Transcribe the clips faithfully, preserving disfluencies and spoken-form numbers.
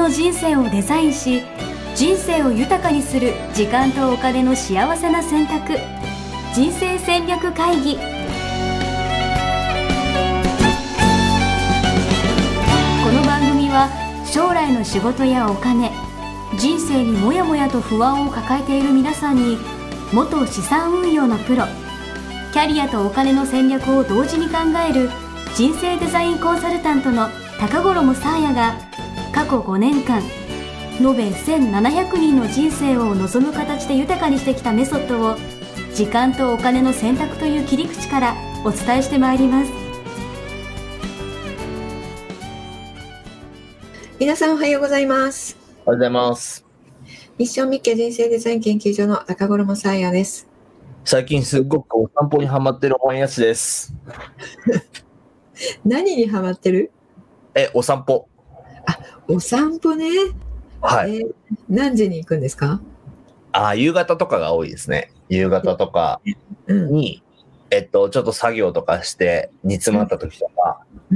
の人生をデザインし、人生を豊かにする時間とお金の幸せな選択、人生戦略会議。この番組は将来の仕事やお金、人生にもやもやと不安を抱えている皆さんに、元資産運用のプロ、キャリアとお金の戦略を同時に考える人生デザインコンサルタントの高頃もさあやが、過去ごねんかん延べせんななひゃくにんの人生を望む形で豊かにしてきたメソッドを、時間とお金の選択という切り口からお伝えしてまいります。 皆さんおはようございます。 おはようございます。 ミッションミッケ人生デザイン研究所の高頃もさあやです。 最近すっごくお散歩にハマってる本屋氏です。 何にハマってる？ え、お散歩。 あ、お散歩ね。 はい。 えー、何時に行くんですか？ あ、夕方とかが多いですね。夕方とかに、うん、えっと、ちょっと作業とかして煮詰まった時とか、うん、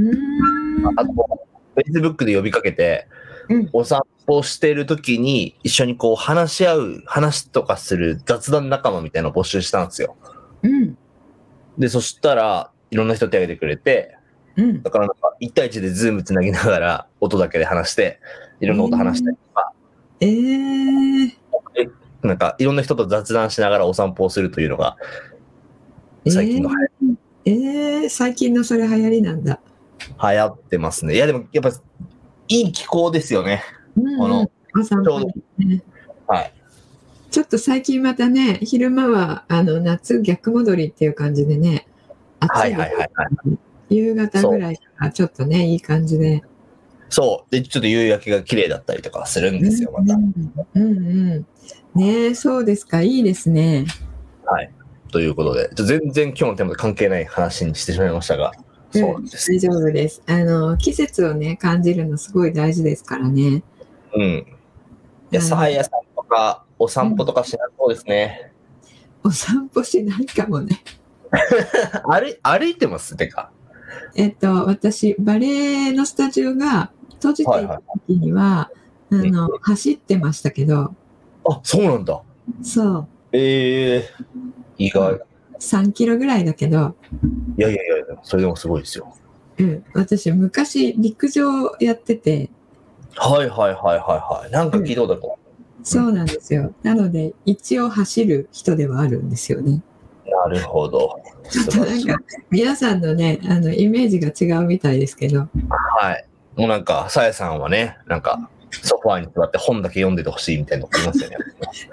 あと、Facebook で呼びかけて、うん、お散歩してる時に一緒にこう話し合う、話とかする雑談仲間みたいなのを募集したんですよ。うん、で、そしたらいろんな人手挙げてくれて、うん、だからなんかいち対いちでズームつなぎながら音だけで話して、いろんな音話したりとか、えー、なんかいろんな人と雑談しながらお散歩をするというのが最近の流行り。 えー、えー、最近のそれ流行りなんだ。 流行ってますね。いやでもやっぱいい気候ですよね。うん、 このお散歩ね。はい。ちょっと最近またね、昼間はあの夏逆戻りっていう感じでね、暑い。はいはいはい、はい。夕方ぐらいからちょっとね、いい感じで。 そう。で、ちょっと夕焼けが綺麗だったりとかするんですよ、また。うんうん。ねえ、そうですか。いいですね。 はい。ということで、全然今日のテーマと関係ない話にしてしまいましたが、そうなんです。 うん、大丈夫です。あの、季節をね、感じるのすごい大事ですからね。 うん。いや、サーヤさんとか、お散歩とかしなそうですね。 うん、お散歩しないかもね。 歩, 歩いてますてか。 えっと、私、バレエのスタジオが閉じていた時には、はいはい、あの、走ってましたけど。 あ、そうなんだ。 そう。 ええー、意外。 さんキロぐらいだけど。 いやいやいや、それでもすごいですよ。 うん。私、昔、陸上やってて。 はいはいはいはいはい。なんか聞いたことある、 うん。そうなんですよ。なので、一応走る人ではあるんですよね。 なるほど。 ちょっとなんか皆さんのね、あのイメージが違うみたいですけど。 はい。もうなんかさやさんはね、なんかソファーに座って本だけ読んでてほしいみたいなのありますよね。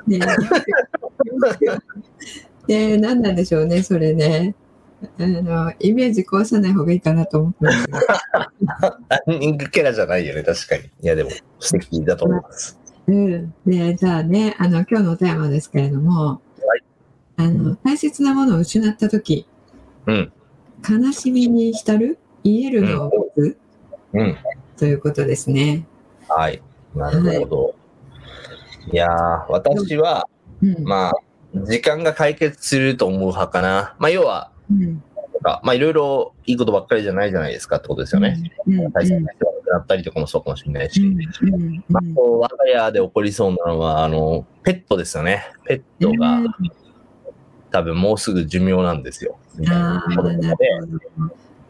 ねえ、何なんでしょうね、それね。あのイメージ壊さない方がいいかなと思ってますけど。 ランニングキャラじゃないよね、確かに。いやでも素敵だと思います。 うん。で、じゃあね、あの今日のテーマですけれども。あの大切なものを失ったとき、うん、悲しみに浸る、癒えるのを待つ、うん、ということですね。 はい、なるほど。はい、いやー、私は、うん、まあ時間が解決すると思う派かな。まあ要は、うん、まあいろいろいいことばっかりじゃないじゃないですかってことですよね。うんうん、大切な人が亡くなったりとかもそうかもしれないし、うんうんうん、まあ、我が家で起こりそうなのはあのペットですよね。ペットが、うん、多分もうすぐ寿命なんですよ。みたいなことで、うん、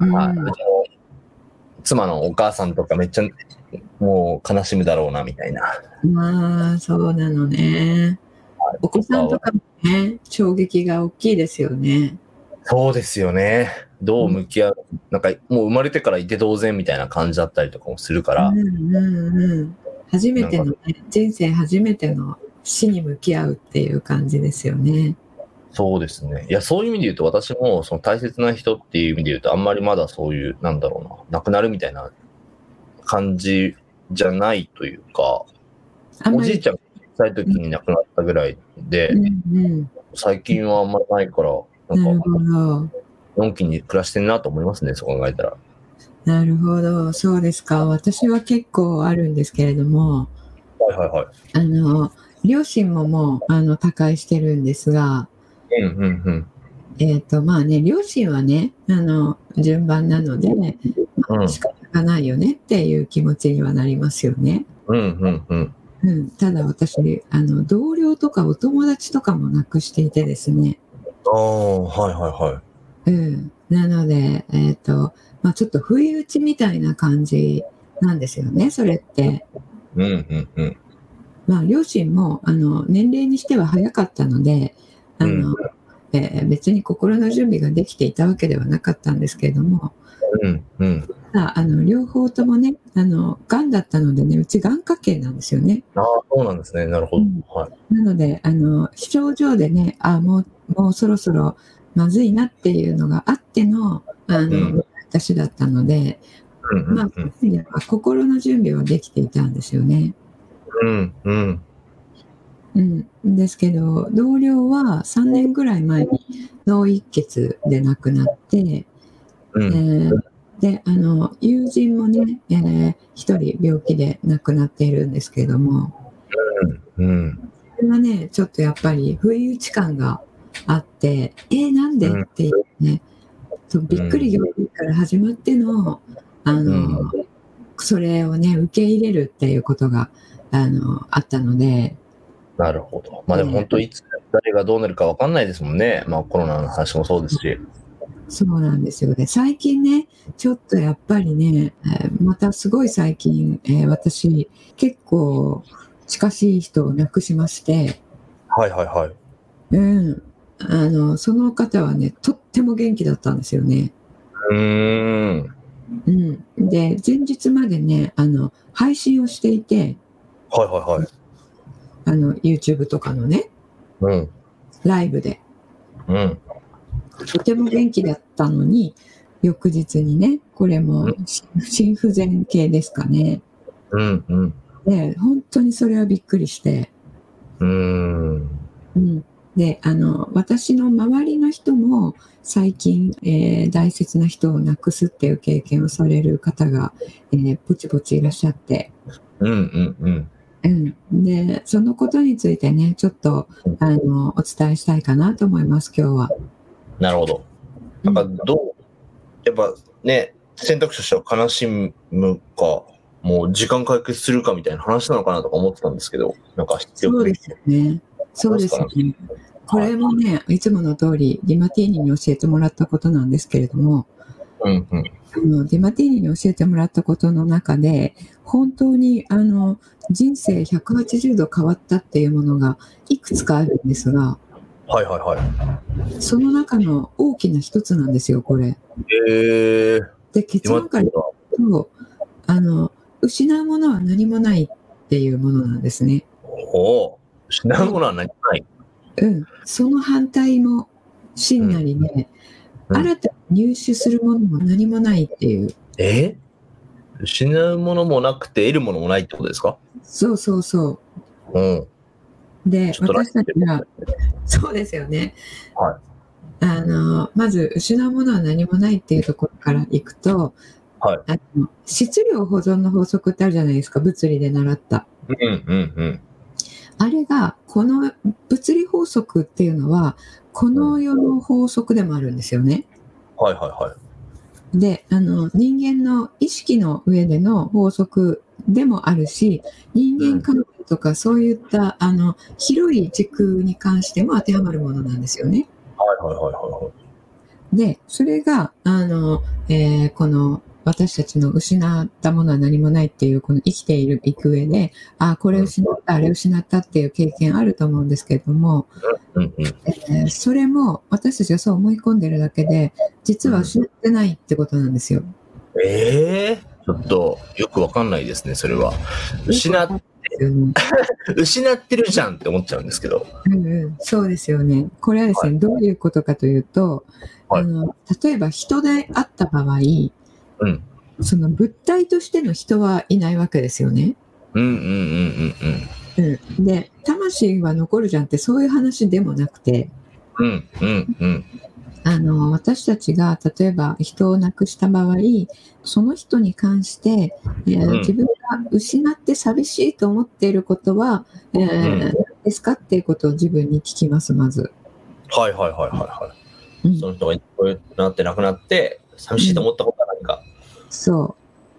妻のお母さんとかめっちゃもう悲しむだろうなみたいな。 まあそうなのね。お子さんとかもね、衝撃が大きいですよね。 そうですよね。どう向き合う、うん、なんかもう生まれてからいて当然みたいな感じだったりとかもするから。うんうんうん、初めての、ね、人生初めての死に向き合うっていう感じですよね。 そうですね。いや、そういう意味で言うと、私もその大切な人っていう意味で言うと、あんまりまだそういう、なんだろうな、亡くなるみたいな感じじゃないというか、おじいちゃんが小さい時に亡くなったぐらいで、うんうん、最近はあんまりないから、なんか、のんきに暮らしてんなと思いますね、そう考えたら。 なるほど、そうですか。私は結構あるんですけれども、 はいはいはい。 あの、両親ももう、あの、他界してるんですが、 うんうんうん、 えっと、まあね、両親はね、あの、順番なので、まあ、仕方がないよねっていう気持ちにはなりますよね。 うんうんうんうん、ただ私あの同僚とかお友達とかも亡くしていてですね。 ああ、はいはいはい。 うん、なので、えっと、まあ、ちょっと不意打ちみたいな感じなんですよね、それって。 うんうんうん。 まあ、両親もあの年齢にしては早かったので、あの、うんえー、別に心の準備ができていたわけではなかったんですけれども、 うんうん、 あの両方ともね、あのがんだったのでね、うちがん家系なんですよね。 ああ、そうなんですね。なるほど。うんはい、 なので、あの症状でね、あもうもうそろそろまずいなっていうのがあっての、あの、うん、私だったので、うんうんうん、まあ、心の準備はできていたんですよね。 うんうんうん、ですけど同僚はさんねんぐらい前に脳一血で亡くなって、うんえー、であの友人もね、えー、ひとり病気で亡くなっているんですけれども、うんうん、それはねちょっとやっぱり不意打ち感があってえー、なんでっていうね、うん、びっくり病気から始まってのあの、うん、それをね受け入れるっていうことがあのあったので。 なるほど。まあでも本当いつ誰がどうなるか分かんないですもんね。まあコロナの話もそうですし。 そうなんですよね。最近ね、ちょっとやっぱりね、えー、またすごい最近、えー、私結構近しい人を亡くしまして。 はいはいはい。 うん。あのその方はね、とっても元気だったんですよね。 うーん。 うん。で前日までね、あの配信をしていて。 はいはいはい。 あの YouTube とかのね、 うん、 ライブで、 うん、 とても元気だったのに翌日にね、これも心不全系ですかね。 うんうん、 で本当にそれはびっくりして、 うーん、 うん、であの私の周りの人も最近、えー、大切な人を亡くすっていう経験をされる方が、えー、ぼちぼちいらっしゃって、 うんうんうんうん、でそのことについてね、ちょっとあのお伝えしたいかなと思います、今日は。 なるほど。なんかどう、うん、やっぱね、選択肢としては悲しむか、もう時間解決するかみたいな話なのかなとか思ってたんですけど、なんか必要そうですよね。そうですよね。これもね、いつもの通りディマティーニに教えてもらったことなんですけれども、 うんうん、 あのディマティーニに教えてもらったことの中で、本当にあの人生ひゃくはちじゅうど変わったっていうものがいくつかあるんですが、 はいはいはい。 その中の大きな一つなんですよ、これ。 へえー。 で、結論から言うと、あの失うものは何もないっていうものなんですね。 お失うものは何もない。 うん、その反対も真なりね、うんうん、新たに入手するものも何もないっていう。 えー、失うものもなくて得るものもないってことですか？ そうそうそう。 うん、 で、私たちが、そうですよね。 はい、 あのまず失うものは何もないっていうところからいくと、 はい、 あの質量保存の法則ってあるじゃないですか、物理で習った。 うんうんうん。 あれが、この物理法則っていうのはこの世の法則でもあるんですよね。 はいはいはい。 で、あの人間の意識の上での法則でもあるし、人間関係とかそういったあの広い軸に関しても当てはまるものなんですよね。 はいはいはいはい。 で、それがあの、えー、この私たちの失ったものは何もないっていうこの生きているいく上で、あこれ失った、あれ失ったっていう経験あると思うんですけれども、 うんうんえー、それも私たちがそう思い込んでるだけで実は失ってないってことなんですよ。 ええー、ちょっとよくわかんないですね、それは。失って、失ってるじゃんって思っちゃうんですけど。 うんうん、そうですよね。これはですね、はい、どういうことかというと、はい、あの例えば人であった場合、うん、その物体としての人はいないわけですよね。 うんうんうんうんうんうん。で、魂は残るじゃんってそういう話でもなくて、 うんうんうん。 あの私たちが例えば人を亡くした場合、その人に関して、えーうん、自分が失って寂しいと思っていることは、えーうん、ですかっていうことを自分に聞きます、まず。 はいはいはいはいはい。うん、その人がこうなって亡くなって寂しいと思ったことは何か。 うん、そ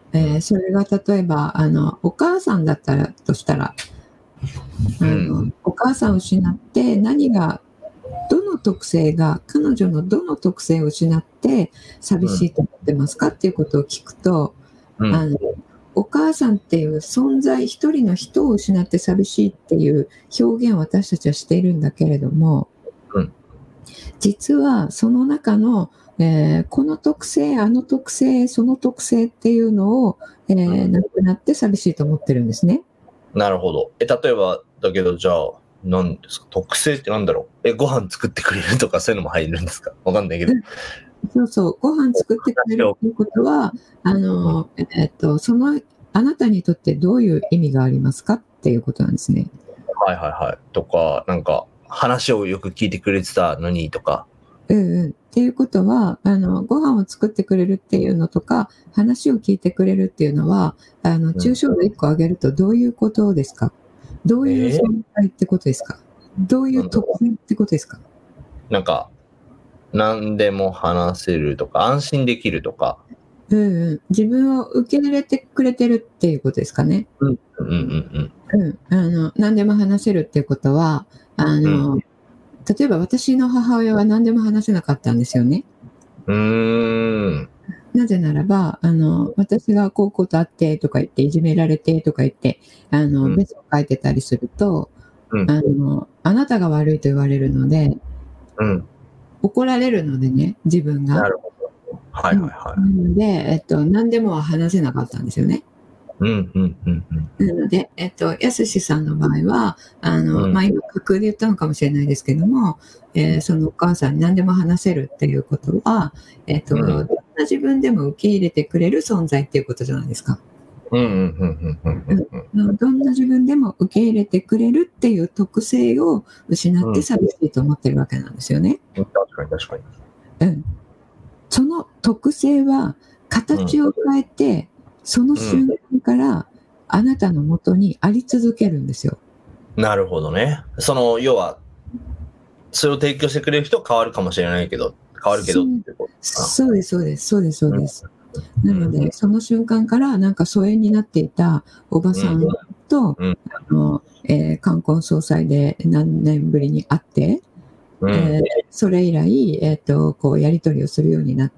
えー、それが例えばあのお母さんだったらとしたら、あの、うん、お母さんを失って何がどの特性が彼女のどの特性を失って寂しいと思ってますかっていうことを聞くと、うん、あのお母さんっていう存在一人の人を失って寂しいっていう表現を私たちはしているんだけれども、うん、実はその中の、えー、この特性あの特性その特性っていうのを、えーうん、なくなって寂しいと思ってるんですね。 なるほど。え例えばだけどじゃあ何ですか、特性ってなんだろう。えご飯作ってくれるとかそういうのも入るんですか？わかんないけど。 そうそう、ご飯作ってくれるっていうことは、あの、えー、っと、その、あなたにとってどういう意味がありますかっていうことなんですね。 はいはいはい。とか、なんか、話をよく聞いてくれてたのにとか。 うんうん。っていうことは、あの、ご飯を作ってくれるっていうのとか、話を聞いてくれるっていうのは、あの、抽象度いっこ挙げるとどういうことですか？どういう存在ってことですか？えー、どういう特性ってことですか？ なんか、何でも話せるとか、安心できるとか。 うんうん、自分を受け入れてくれてるっていうことですかね。 うんうんうんうん。うん。あの、何でも話せるっていうことは、あの、うん、例えば私の母親は何でも話せなかったんですよね。 うーん。 なぜならば、あの、私がこうこうとあってとか言って、いじめられてとか言って、あの、うん、別を書いてたりすると、うん、あの、あなたが悪いと言われるので、うん、怒られるのでね、自分が。 なるほど。はいはいはい。 なので、えっと、何でもは話せなかったんですよね。 うんうんうんうん。 なので、えっと、やすしさんの場合は、あの、うん、まあ、今、架空で言ったのかもしれないですけども、えー、そのお母さんに何でも話せるっていうことは、えっと、うん、どんな自分でも受け入れてくれる存在っていうことじゃないですか。 うんうんうんうんうん。 どんな自分でも受け入れてくれるっていう特性を失って寂しいと思ってるわけなんですよね。 うん、確かに確かに。 うん。その特性は形を変えて、うん、その瞬間からあなたのもとにあり続けるんですよ。 なるほどね。その要はそれを提供してくれる人は変わるかもしれないけど変わるけどってことそうですそうですそうですそうです。うん、なのでその瞬間からなんか疎遠になっていたおばさんと、うん、あのえー、冠婚葬祭で何年ぶりに会って。うん、えー、それ以来、えーと、こうやり取りをするようになって、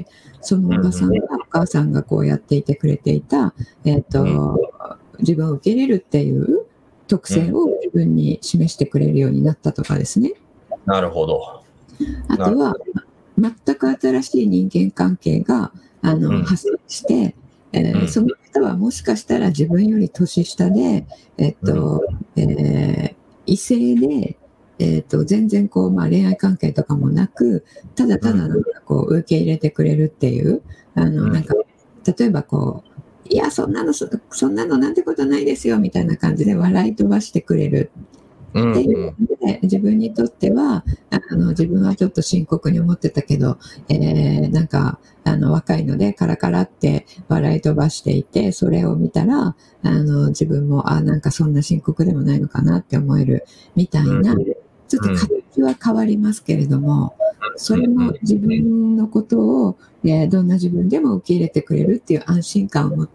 そのおばさんが、お母さんがこうやっていてくれていた、えーとうん、自分を受け入れるっていう特性を自分に示してくれるようになったとかですね。 なるほど。 あとは、全く新しい人間関係があの、うん、発生して、えーうん、その方はもしかしたら自分より年下で、えーとうんえー、異性で、えーと、全然こう、まあ、恋愛関係とかもなく、ただただなんかこう受け入れてくれるっていう、あのなんか例えばこう、いやそんなのそんなのなんてことないですよみたいな感じで笑い飛ばしてくれるっていうので、自分にとってはあの自分はちょっと深刻に思ってたけど、えー、なんかあの若いのでカラカラって笑い飛ばしていて、それを見たらあの自分もあなんかそんな深刻でもないのかなって思えるみたいな、ちょっと形は変わりますけれども、それも自分のことを、えー、どんな自分でも受け入れてくれるっていう安心感を持って、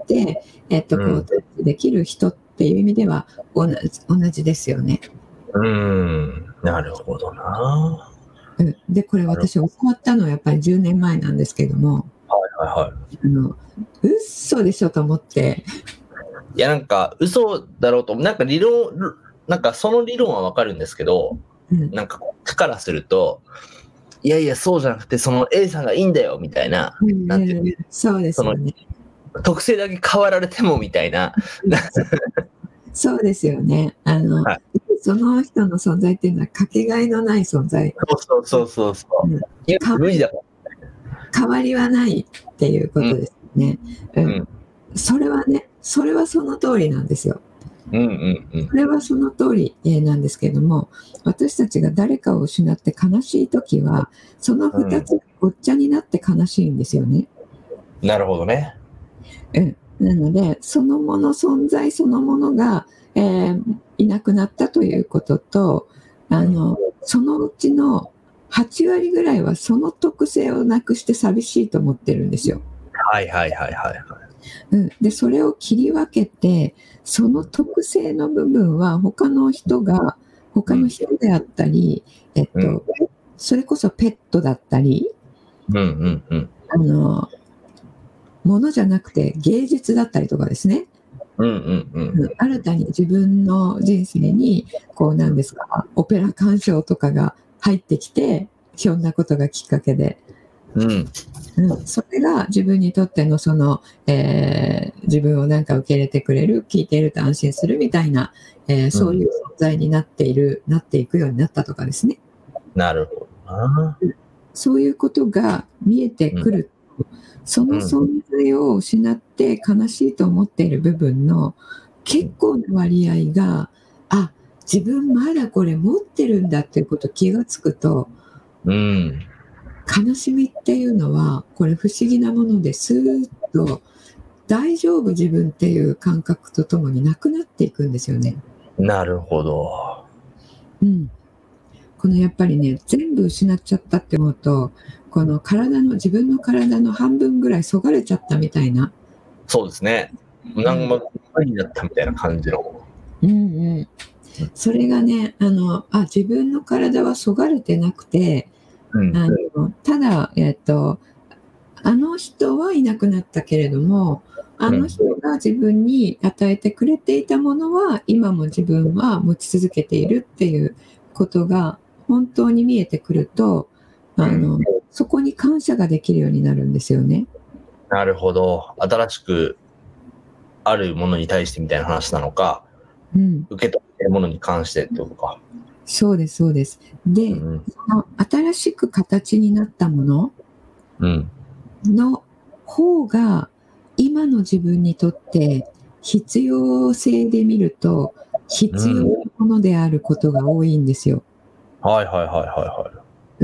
えー、っとこうできる人っていう意味では同じ、同じですよね。 うーん、なるほどな。 で、これ私教わったのはやっぱりじゅうねんまえなんですけども、 はいはいはい。 あの、嘘でしょと思って。 いやなんか嘘だろうと、なんか理論、なんかその理論はわかるんですけど、うん、なんかこっちからすると、いやいやそうじゃなくてその A さんがいいんだよみたいな、うん、なんていう、 そうですよね。 特性だけ変わられてもみたいな。 そうですよね。あの、はい、その人の存在っていうのはかけがえのない存在。 そうそうそうそう。うん、いや無理だもん。 変わりはないっていうことですね。うんうん、それはね、それはその通りなんですよ。 うんうんうん、 それはその通りなんですけれども、私たちが誰かを失って悲しいときは、そのふたつがごっちゃになって悲しいんですよね。 うん、なるほどね。 うん、なので、そのもの存在そのものが、えー、いなくなったということと、あの、そのうちのはちわりぐらいはその特性をなくして寂しいと思ってるんですよ。 はいはいはいはい。 うん、でそれを切り分けて、その特性の部分は他の人が他の人であったり、えっと、うん、それこそペットだったり、 うんうんうん、 あのものじゃなくて芸術だったりとかですね、 うんうんうん、 新たに自分の人生にこうなんですか、オペラ鑑賞とかが入ってきて、ひょんなことがきっかけで、 うんうん、それが自分にとってのその、えー、自分をなんか受け入れてくれる、聞いていると安心するみたいな、えー、そういう存在になっている、うん、なっていくようになったとかですね。 なるほどな。 そういうことが見えてくる、うん、その存在を失って悲しいと思っている部分の結構な割合が、あ、自分まだこれ持ってるんだっていうこと気がつくと、 うん、 悲しみっていうのはこれ不思議なもので、スーッと大丈夫自分っていう感覚とともになくなっていくんですよね。 なるほど。 うん。このやっぱりね、全部失っちゃったって思うと、この体の自分の体の半分ぐらいそがれちゃったみたいな。 そうですね。何も無理だったみたいな感じの。 うんうん。それがね、あのあ自分の体はそがれてなくて、うん、あのただ、えっと、あの人はいなくなったけれども、あの人が自分に与えてくれていたものは今も自分は持ち続けているっていうことが本当に見えてくると、あの、うん、そこに感謝ができるようになるんですよね。 なるほど。新しくあるものに対してみたいな話なのか、うん、受け取っているものに関してってことか。 そうですそうです。で、うん、その新しく形になったものの方が今の自分にとって必要性で見ると必要なものであることが多いんですよ。 うん、はいはいはいはいはい。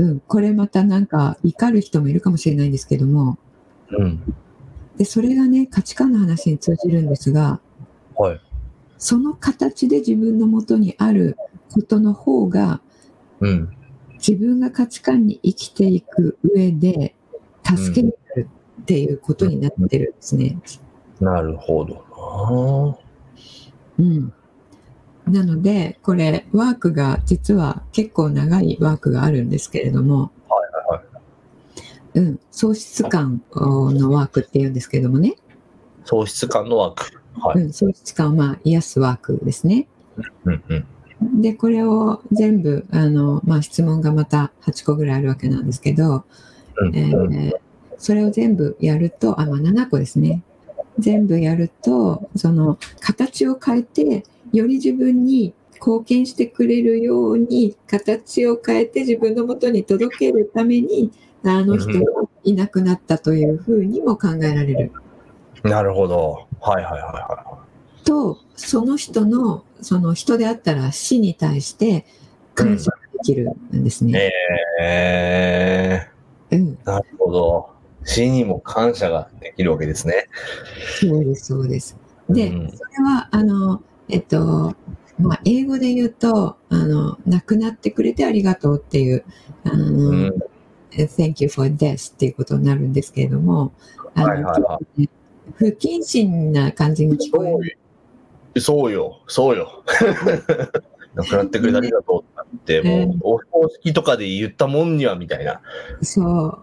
うん、これまたなんか怒る人もいるかもしれないんですけども、 うん、 でそれがね価値観の話に通じるんですが、 はい、 その形で自分のもとにあることの方が、 うん、 自分が価値観に生きていく上で助けになるっていうことになってるんですね。 うん、なるほどな。うん。なのでこれワークが実は結構長いワークがあるんですけれども、 はいはいはい、 うん、喪失感のワークっていうんですけどもね。 喪失感のワーク。はい、 うん、喪失感をまあ癒すワークですね。 うんうん、 でこれを全部あの、まあ、質問がまたはちこぐらいあるわけなんですけど、うんえー、それを全部やるとあ、まあ、ななこですね。全部やるとその形を変えてより自分に貢献してくれるように形を変えて自分のもとに届けるためにあの人がいなくなったというふうにも考えられる。 なるほど。はいはいはいはい。 とその人のその人であったら死に対して感謝できるんですね。 うん、えー、うん、なるほど。死にも感謝ができるわけですね。 そうですそうです。で、うん、それはあのえっとまあ英語で言うとあの亡くなってくれてありがとうっていうあの、うん、Thank you for death っていうことになるんですけれども、あの、はいはいはい、不謹慎な感じに聞こえる。 そうよ、そうよ。亡くなってくれてありがとうって、ね、もう、お葬式とかで言ったもんにはみたいな。 そう。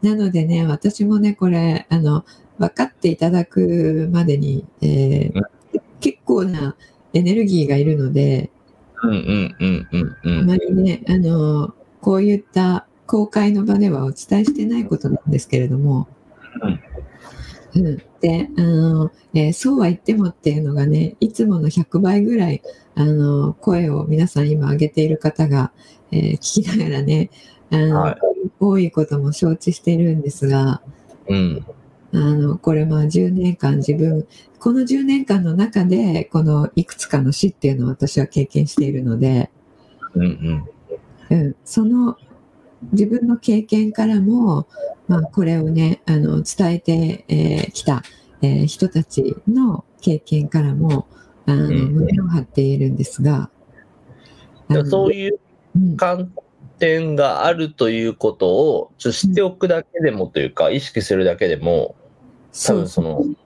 なのでね、私もね、これ、あの、分かっていただくまでに、えーうん、結構なエネルギーがいるので、 うんうんうんうんうん。 あまりね、あの、こういった公開の場ではお伝えしてないことなんですけれども、うんうん、であの、えー、そうは言ってもっていうのがね、いつものひゃくばいぐらいあの声を皆さん今上げている方が、えー、聞きながらねあの、はい、多いことも承知しているんですが、うん、あのこれまあじゅうねんかん自分このじゅうねんかんの中でこのいくつかの死っていうのを私は経験しているので、うんうんうん、その自分の経験からも、まあ、これをねあの伝えてき、えー、た、えー、人たちの経験からもあの、うん、胸を張っているんですが、 そういう観点があるということをちょっと知っておくだけでもというか、うん、意識するだけでも多分その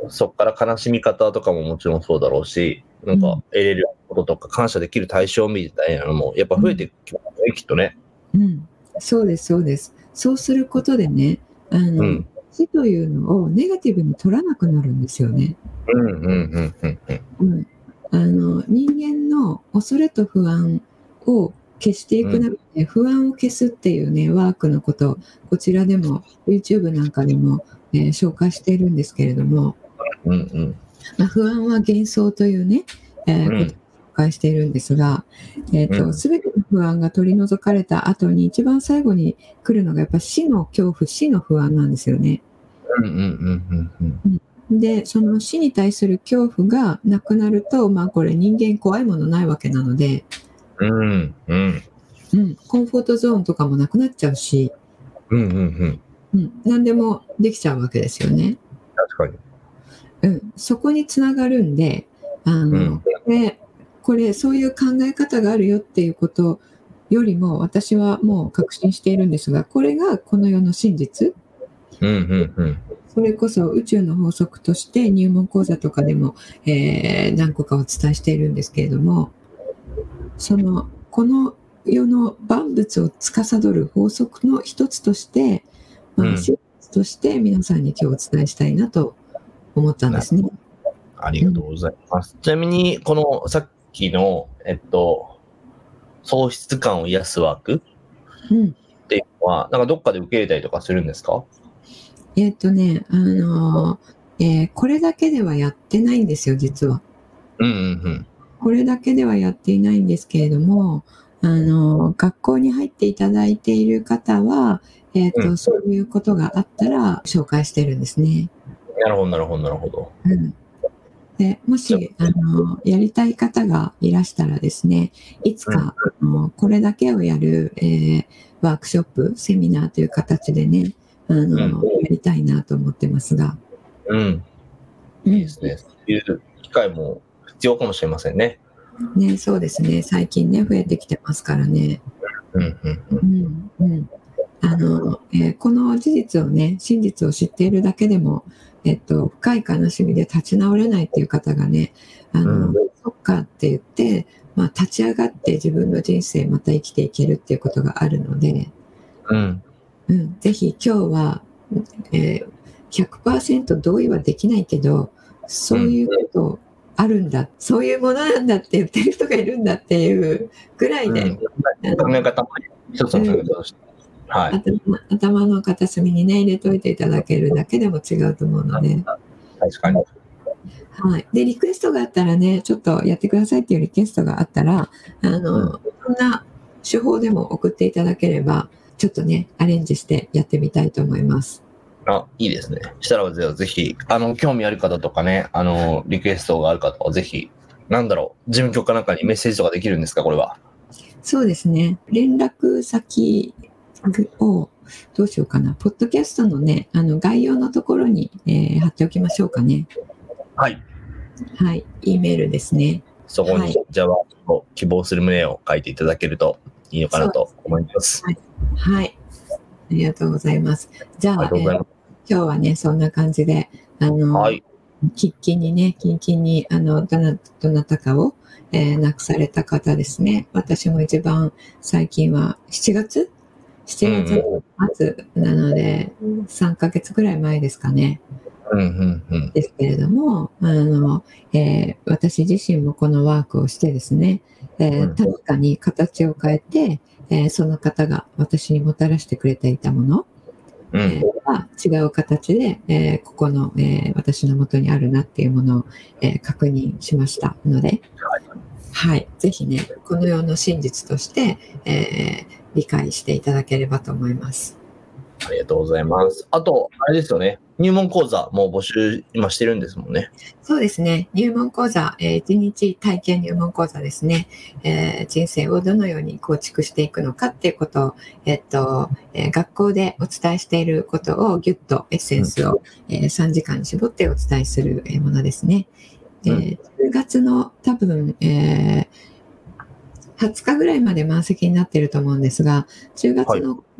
そこから悲しみ方とかももちろんそうだろうし、なんか得れることとか感謝できる対象みたいなのもやっぱ増えていくきっとね。 うん、そうですそうです。そうすることでね、あの、うん、死というのをネガティブに取らなくなるんですよね。 うんうんうんうんうん。 あの人間の恐れと不安を消していく中で、うん、不安を消すっていうねワークのことこちらでも YouTube なんかでも、えー、紹介しているんですけれども、 うんうんまあ、不安は幻想というね、えーうん、ことを紹介しているんですが、えーとうん、全ての不安が取り除かれた後に一番最後に来るのがやっぱ死の恐怖、死の不安なんですよね。 うんうんうんうんうんでその死に対する恐怖がなくなると、まあ、これ人間怖いものないわけなので、 うんうんうん、コンフォートゾーンとかもなくなっちゃうし、 うんうんうんうん、何でもできちゃうわけですよね。 確かに、 うん、そこにつながるんで、あの、うん、これ、これそういう考え方があるよっていうことよりも私はもう確信しているんですが、これがこの世の真実、 うんうんうん、 それこそ宇宙の法則として入門講座とかでも、えー、何個かお伝えしているんですけれども、そのこの世の万物を司る法則の一つとして、まあ、真実として皆さんに今日お伝えしたいなと思ったんですね。 ありがとうございます。うん、ちなみにこのさっきのえっと喪失感を癒すワークっていうのは、うん、なんかどっかで受け入れたりとかするんですか？ えっとね、あのーえー、これだけではやってないんですよ、実は。 うんうんうん。 これだけではやっていないんですけれども、あのー、学校に入っていただいている方は、えっと、うん、そういうことがあったら紹介してるんですね。 なるほど、なるほど、なるほど。 うんでもしあのやりたい方がいらしたらですね、いつか、うん、あのこれだけをやる、えー、ワークショップ、セミナーという形でね、あの、うん、やりたいなと思ってますが。 うん。いいですね。そういう機会も必要かもしれませんね。 ね、そうですね。最近ね、増えてきてますからね。 うんうんうん。 うんうん。あの、えー、この事実をね、真実を知っているだけでも、えっと、深い悲しみで立ち直れないっていう方がね、あの、うん、そっかって言って、まあ、立ち上がって自分の人生また生きていけるっていうことがあるので、 うんうん、ぜひ今日は、えー、ひゃくパーセント 同意はできないけど、そういうことあるんだ、うん、そういうものなんだって言ってる人がいるんだっていうぐらいで、 うん、考え方も一つの考え方として、はい、 頭, 頭の片隅にね入れといていただけるだけでも違うと思うので、 確かに、 はい、でリクエストがあったらね、ちょっとやってくださいっていうリクエストがあったら、あの、うん、こんな手法でも送っていただければちょっとねアレンジしてやってみたいと思います。 あ、いいですね。したらぜひあの興味ある方とかね、あのリクエストがある方はぜひ、なんだろう、事務局かなんかにメッセージとかできるんですか？これは。 そうですね、連絡先をどうしようかな、ポッドキャストのね、あの概要のところに、えー、貼っておきましょうかね。 はい。 はい、E メールですね。 そこに、はい、じゃあを希望する旨を書いていただけるといいのかなと思います。 はい、はい、ありがとうございます。じゃあ、えー、今日はね、そんな感じで、あの、はい、喫緊にね、喫緊にあのどなどなたかを、えー、亡くされた方ですね。私も一番最近はしちがつしちがつの末なので、うん、さんかげつぐらい前ですかね。 うんうんうん、 ですけれども、あの、えー、私自身もこのワークをしてですね、えー、確かに形を変えて、えー、その方が私にもたらしてくれていたもの、うんえー、は違う形で、えー、ここの、えー、私の元にあるなっていうものを、えー、確認しましたので、はい、ぜひね、この世の真実として、えー、理解していただければと思います。 ありがとうございます。あと、あれですよね。入門講座も募集今してるんですもんね。 そうですね。入門講座、えー、いちにち体験入門講座ですね。えー、人生をどのように構築していくのかっていうことを、えっと、えー、学校でお伝えしていることをギュッとエッセンスを、うんえー、さんじかんに絞ってお伝えするものですね。えー、じゅうがつの多分、えーはつかぐらいまで満席になっていると思うんですが、じゅうがつの後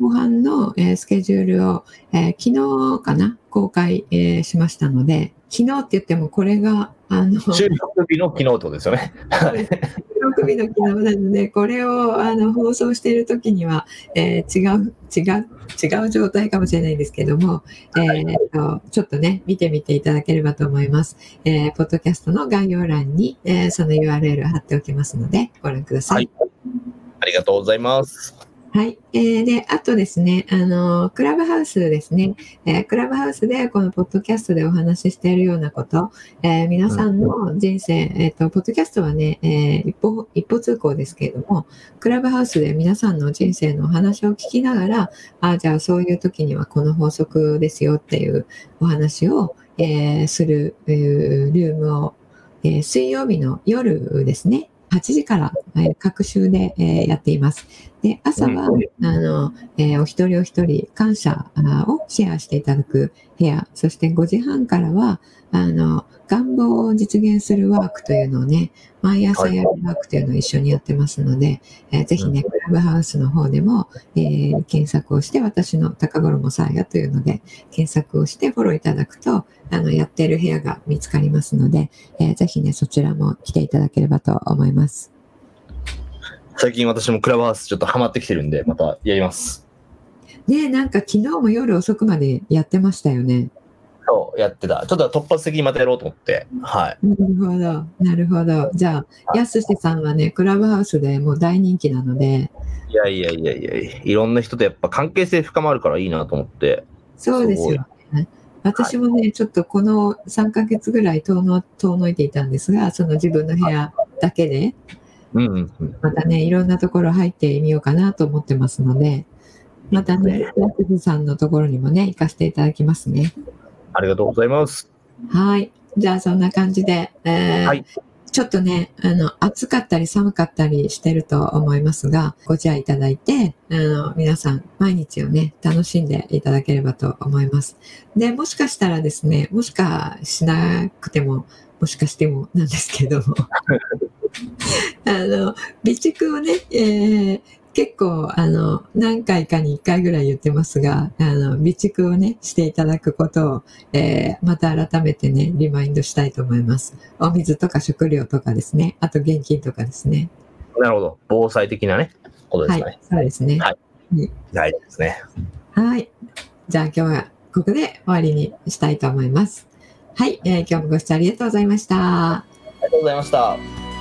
後半の、えー、スケジュールを、えー、昨日かな公開、えー、しましたので、昨日って言ってもこれがあの収録日の昨日ってことですよね。 収録日の昨日なので、これをあの放送している時には、えー、違う違う違う状態かもしれないんですけども、えー、とちょっとね見てみていただければと思います。えー、ポッドキャストの概要欄に、えー、その ユーアールエル 貼っておきますのでご覧ください。 はい、ありがとうございます。 はい。えー、で、あとですね、あの、クラブハウスですね。えー、クラブハウスでこのポッドキャストでお話ししているようなこと、えー、皆さんの人生、えっと、ポッドキャストはね、えー、一歩、一歩通行ですけれども、クラブハウスで皆さんの人生のお話を聞きながら、あ、じゃあそういう時にはこの法則ですよっていうお話を、えー、する、えー、ルームを、えー、水曜日の夜ですね、はちじから、えー、各週で、えー、やっています。で、朝は、あの、えー、お一人お一人感謝をシェアしていただく部屋、そしてごじはんからは、あの、願望を実現するワークというのをね、毎朝やるワークというのを一緒にやってますので、えー、ぜひね、クラブハウスの方でも、えー、検索をして、私の高衣さあやというので、検索をしてフォローいただくと、あの、やっている部屋が見つかりますので、えー、ぜひね、そちらも来ていただければと思います。 最近私もクラブハウスちょっとハマってきてるんで、またやります。 ね、なんか昨日も夜遅くまでやってましたよね。 そう、やってた。ちょっと突発的にまたやろうと思って。はい。 なるほど、なるほど。じゃあ、やすしさんはね、クラブハウスでもう大人気なので。 いやいやいやいやいや、いろんな人とやっぱ関係性深まるからいいなと思って。 そうですよね。私もね、はい、ちょっとこのさんかげつぐらい遠の、遠のいていたんですが、その自分の部屋だけで、 うんうんうん、 またね、いろんなところ入ってみようかなと思ってますので、またね、やすしさんのところにもね、行かせていただきますね。 ありがとうございます。 はい。じゃあ、そんな感じで、えーはい、ちょっとね、あの、暑かったり寒かったりしてると思いますが、ご自愛いただいて、あの、皆さん、毎日をね、楽しんでいただければと思います。で、もしかしたらですね、もしかしなくても、もしかしてもなんですけども、あの、備蓄をね、えー、結構、あの、何回かにいっかいぐらい言ってますが、あの、備蓄をね、していただくことを、えー、また改めてね、リマインドしたいと思います。お水とか食料とかですね、あと現金とかですね。 なるほど。防災的なね、ことですかね。 はい、そうですね。 はい。大事ですね。 はい。じゃあ今日はここで終わりにしたいと思います。はい、えー、今日もご視聴ありがとうございました。 ありがとうございました。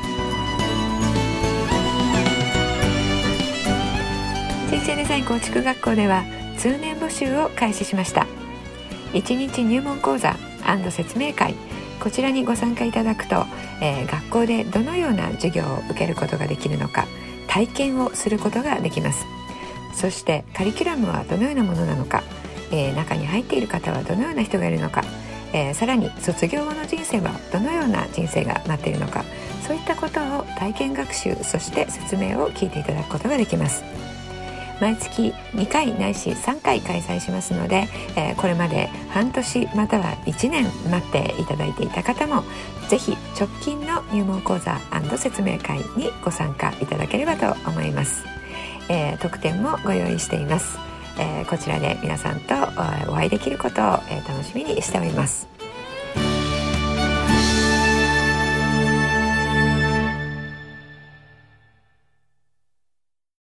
人生デザイン構築学校では通年募集を開始しました。いちにち入門講座&説明会、こちらにご参加いただくと、えー、学校でどのような授業を受けることができるのか、体験をすることができます。そしてカリキュラムはどのようなものなのか、えー、中に入っている方はどのような人がいるのか、えー、さらに卒業後の人生はどのような人生が待っているのか、そういったことを体験学習、そして説明を聞いていただくことができます。毎月にかいないしさんかい開催しますので、えー、これまで半年またはいちねん待っていただいていた方も、ぜひ直近の入門講座&説明会にご参加いただければと思います。えー、特典もご用意しています。えー、こちらで皆さんとお会いできることを、えー、楽しみにしております。